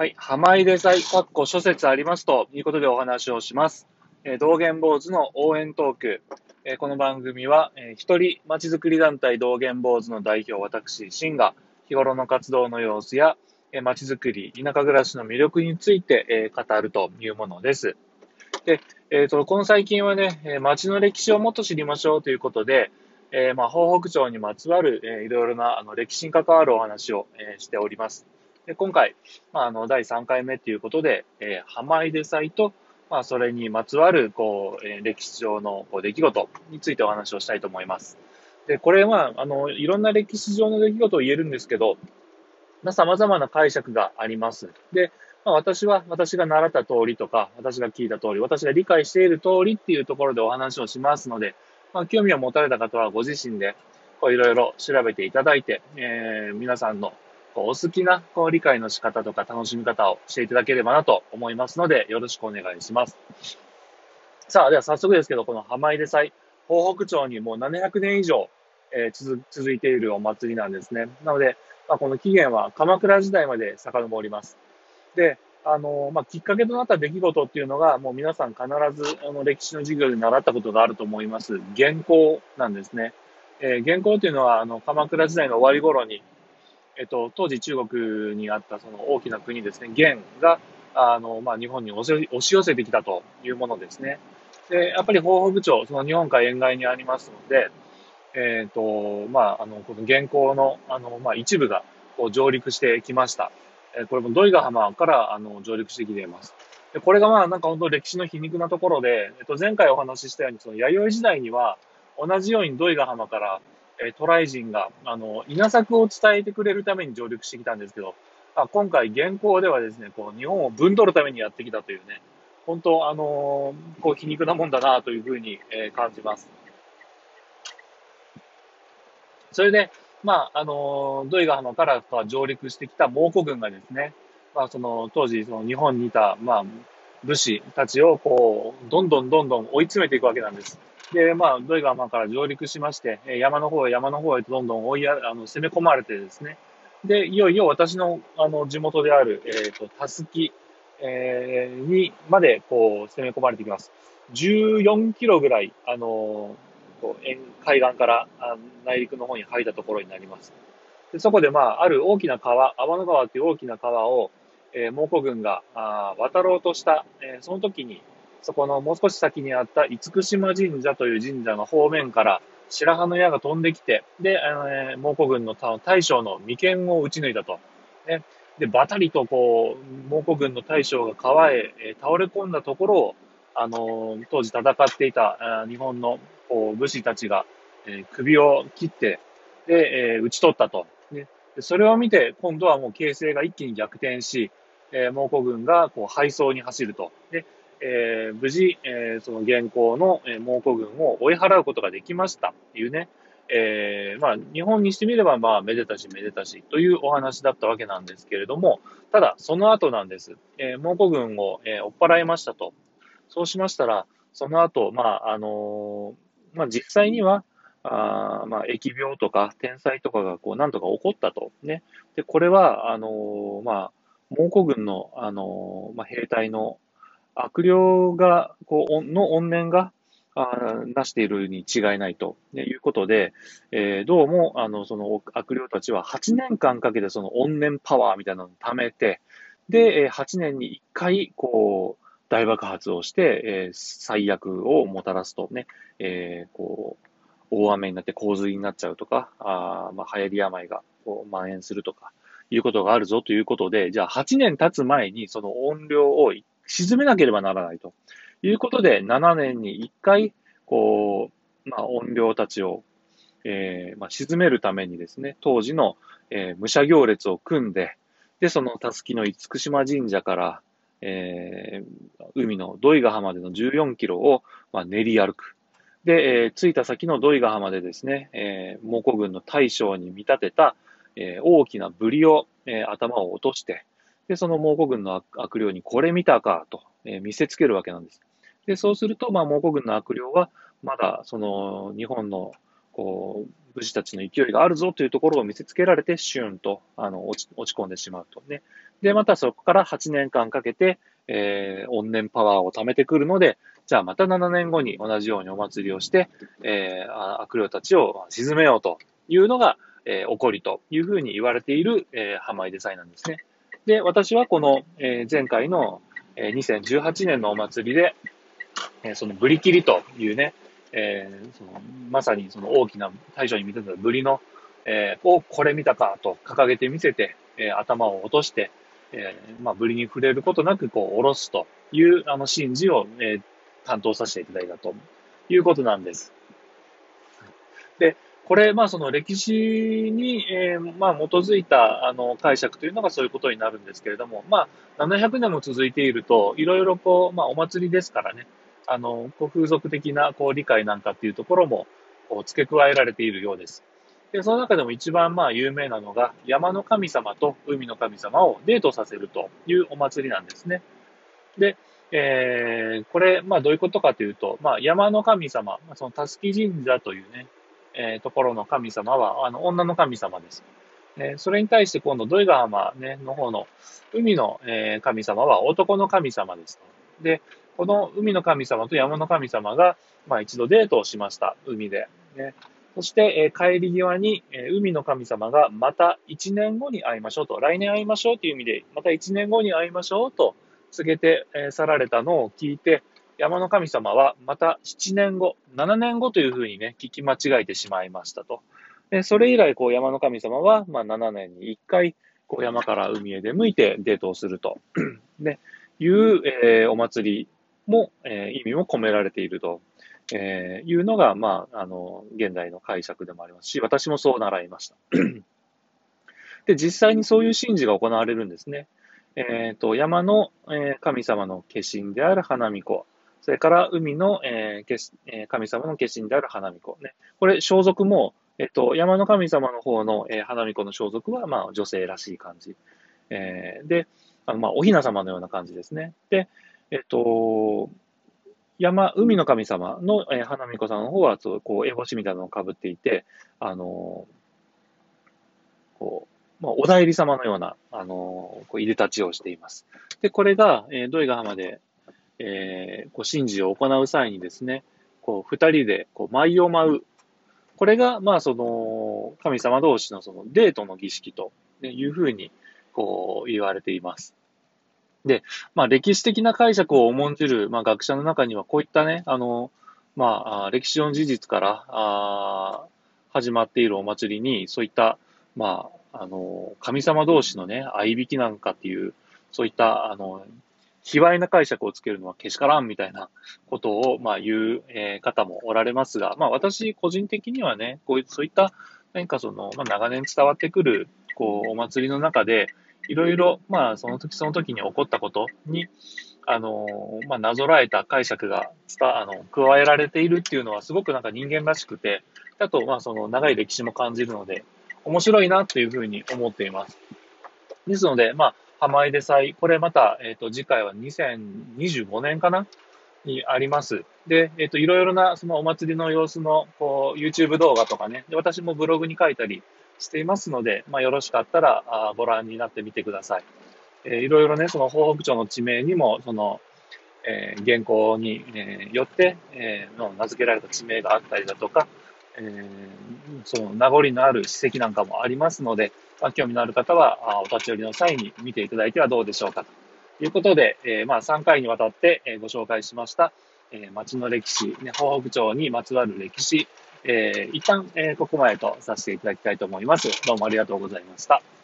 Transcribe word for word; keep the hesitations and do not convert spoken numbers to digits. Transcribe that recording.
はい。浜入れ祭、かっこ諸説ありますということでお話をします。えー道元坊主の応援トーク。えーこの番組は、えー一人まちづくり団体道元坊主の代表、私、シンが日頃の活動の様子や、えー、まちづくり、田舎暮らしの魅力について、えー語るというものです。で、えっと、この最近はね、えー町の歴史をもっと知りましょうということで、えーまあ、東北町にまつわる、えーいろいろなあの歴史に関わるお話を、えーしております。で今回、まあ、あのだいさんかいめということで、えー浜出祭と、まあ、それにまつわるこう、えー歴史上のこう出来事についてお話をしたいと思います。で、これは、あの、いろんな歴史上の出来事を言えるんですけど、まあ、様々な解釈があります。で、まあ、私は、私が習った通りとか、私が聞いた通り、私が理解している通りっていうところでお話をしますので、まあ、興味を持たれた方はご自身で、こういろいろ調べていただいて、えー、皆さんのこうお好きなこう理解の仕方とか楽しみ方をしていただければなと思いますので、よろしくお願いします。さあ、では早速ですけど、この浜出祭、東北町にもうななひゃくねん以上、えー続続いているお祭りなんですね。なので、まあ、この起源は鎌倉時代まで遡ります。で、あの、まあ、きっかけとなった出来事っていうのが、もう皆さん必ず、あの、歴史の授業で習ったことがあると思います。元寇なんですね。えー元寇というのは、あの、鎌倉時代の終わり頃に、えっと、当時中国にあったその大きな国ですね、元が、あの、まあ、日本に押し押し寄せてきたというものですね。で、やっぱり東北町、その日本海沿岸にありますので、えっと、まあ、あの、この元寇の、あの、まあ、一部が、こう、上陸してきました。えーこれも土井ヶ浜から、あの、上陸してきています。で、これがまあ、なんか本当歴史の皮肉なところで、えっと、前回お話ししたように、その弥生時代には、同じように土井ヶ浜から、えー渡来人が、あの、稲作を伝えてくれるために上陸してきたんですけど、あ、今回、元寇ではですね、こう、日本をぶん取るためにやってきたというね、本当、あのーこう、皮肉なもんだなというふうに、えー感じます。それで、まあ、あの、土井ヶ浜から上陸してきた蒙古軍がですね、まあ、その、当時、その日本にいた、まあ、武士たちを、こう、どんどんどんどん追い詰めていくわけなんです。で、まあ、土井ヶ浜から上陸しまして、え山の方へ山の方へとどんどん追いや、あの、攻め込まれてですね、で、いよいよ私の、あの、地元である、えっと、たすき、えーに、まで、こう、攻め込まれてきます。じゅうよんキロぐらい、あのこう沿海岸からあ内陸の方に入ったところになります。でそこで、まあ、ある大きな川、天の川という大きな川を、えー蒙古軍があ渡ろうとした、えーその時に、そこのもう少し先にあった厳島神社という神社の方面から白羽の矢が飛んできて、で、えー蒙古軍の大将の眉間を撃ち抜いたと。ね、で、バタリとこう、蒙古軍の大将が川へ、えー倒れ込んだところを、あのー当時戦っていたあー日本のこう武士たちが、えー首を切って、で、えー撃ち取ったと。ね、でそれを見て、今度はもう形勢が一気に逆転し、えー蒙古軍がこう敗走に走ると。で、えー無事、えーその現行の、えー蒙古軍を追い払うことができましたっていうね、えーまあ、日本にしてみれば、まあ、めでたしめでたしというお話だったわけなんですけれども、ただ、その後なんです。えー蒙古軍を、えー追っ払いましたと。そうしましたら、その後、まあ、あのーまあ、実際には、あーまあ、疫病とか天災とかがこうなんとか起こったと。ね。で、これは、あのーまあ、蒙古軍の、あのーまあ、兵隊の悪霊が、こう、おの怨念が、あーなしているに違いないと、ね、いうことで、えーどうも、あの、その悪霊たちははちねんかんかけてその怨念パワーみたいなのを貯めて、で、えーはちねんにいっかい、こう、大爆発をして、えー最悪をもたらすとね、えーこう、大雨になって洪水になっちゃうとか、あーまあ、流行り病がこう蔓延するとか、いうことがあるぞということで、じゃあはちねん経つ前にその怨霊を沈めなければならないということで、ななねんにいっかい、こう、まあ、怨霊たちを、えーまあ、沈めるためにですね、当時の、えー武者行列を組んで、で、そのたすきの厳島神社から、えー海の土井ヶ浜でのじゅうよんキロを、まあ、練り歩く。で、えー着いた先の土井ヶ浜でですね、えー蒙古軍の大将に見立てた、えー大きなブリを、えー頭を落として、で、その蒙古軍の悪悪霊にこれ見たかと、えー見せつけるわけなんです。で、そうすると、まあ、蒙古軍の悪霊は、まだ、その、日本の、こう、 武士たちの勢いがあるぞというところを見せつけられて、シューンと、あの、落ち、落ち込んでしまうとね。で、またそこからはちねんかんかけて、えー、怨念パワーを貯めてくるので、じゃあまたななねんごに同じようにお祭りをして、えー、悪霊たちを鎮めようというのが、えー、起こりというふうに言われている、えー、浜井で祭なんですね。で、私はこの、えー、前回の、えー、にせんじゅうはちねんのお祭りで、えー、そのブリキリというね、えー、そのまさにその大きな大将に見てたブリの、えー、をこれ見たかと掲げて見せて、えー、頭を落として、えー、まあ、ブリに触れることなくこう下ろすというあの神事を、えー、担当させていただいたということなんです。で、これ、まあ、その歴史に、えー、まあ、基づいた、あの、解釈というのがそういうことになるんですけれども、まあ、ななひゃくねんも続いていると、いろいろこう、まあ、お祭りですからね、あの、こう風俗的な、こう、理解なんかっていうところも、こう、付け加えられているようです。で、その中でも一番、まあ、有名なのが、山の神様と海の神様をデートさせるというお祭りなんですね。で、えー、これ、まあ、どういうことかというと、まあ、山の神様、その、たすき神社というね、えー、ところの神様は、あの、女の神様です。えー、それに対して今度、土井川浜、ね、の方の海の、えー、神様は男の神様ですと。で、この海の神様と山の神様が、まあ、一度デートをしました。海で。ね、そして、えー、帰り際に、えー、海の神様がまた一年後に会いましょうと、来年会いましょうという意味で、また一年後に会いましょうと告げて、えー、去られたのを聞いて、山の神様はまたななねんご、ななねんごというふうにね、聞き間違えてしまいましたと。でそれ以来、こう山の神様は、まあ、ななねんにいっかい、こう山から海へ出向いてデートをすると、ね、いう、えー、お祭りも、えー、意味も込められていると、えー、いうのが、まあ、あの、現代の解釈でもありますし、私もそう習いました。で、実際にそういう神事が行われるんですね。えっと、山の、えー神様の化身である花巫女、それから海の、えーけしえー神様の化身である花巫女。ね。これ、装束も、えっと、山の神様の方の、えー花巫女の装束は、まあ、女性らしい感じ。えーで、あのまあ、お雛様のような感じですね。で、えっと、山、海の神様の、えー花巫女さんの方は、そう、こう、烏帽子みたいなのを被っていて、あのこう、まあ、お代理様のような、あのーこう、入れ立ちをしています。で、これが、えー、土井ヶ浜で、えー、こう、神事を行う際にですね、こう、二人で、こう、舞を舞う。これが、まあ、その、神様同士のその、デートの儀式と、ね、いうふうに、こう、言われています。で、まあ、歴史的な解釈を重んじる、まあ、学者の中には、こういったね、あの、まあ、あ歴史上の事実から、あ始まっているお祭りに、そういった、まあ、あの、神様同士のね、相引きなんかっていう、そういった、あの、卑猥な解釈をつけるのはけしからんみたいなことを、まあ、言う、えー方もおられますが、まあ、私個人的にはね、こういう、そういった、何かその、まあ、長年伝わってくる、こう、お祭りの中で、いろいろ、まあ、その時その時に起こったことに、あの、まあ、なぞらえた解釈が伝あの、加えられているっていうのはすごくなんか人間らしくて、あと、まあ、その長い歴史も感じるので、面白いなというふうに思っています。ですので、まあ、浜井で祭、これまた、えっと、次回はにせんにじゅうごねんかなにあります。で、えっと、いろいろなそのお祭りの様子の、こう、YouTube 動画とかね、で私もブログに書いたりしていますので、まあ、よろしかったら、あご覧になってみてください。えーいろいろね、その東北町の地名にも、その、えー原稿に、えーよって、えーの名付けられた地名があったりだとか、えーその名残のある史跡なんかもありますので、まあ、興味のある方は、あお立ち寄りの際に見ていただいてはどうでしょうかということで、えーまあ、さんかいにわたって、えーご紹介しました、えー町の歴史、ね、東北町にまつわる歴史、えー一旦、えーここまでとさせていただきたいと思います。どうもありがとうございました。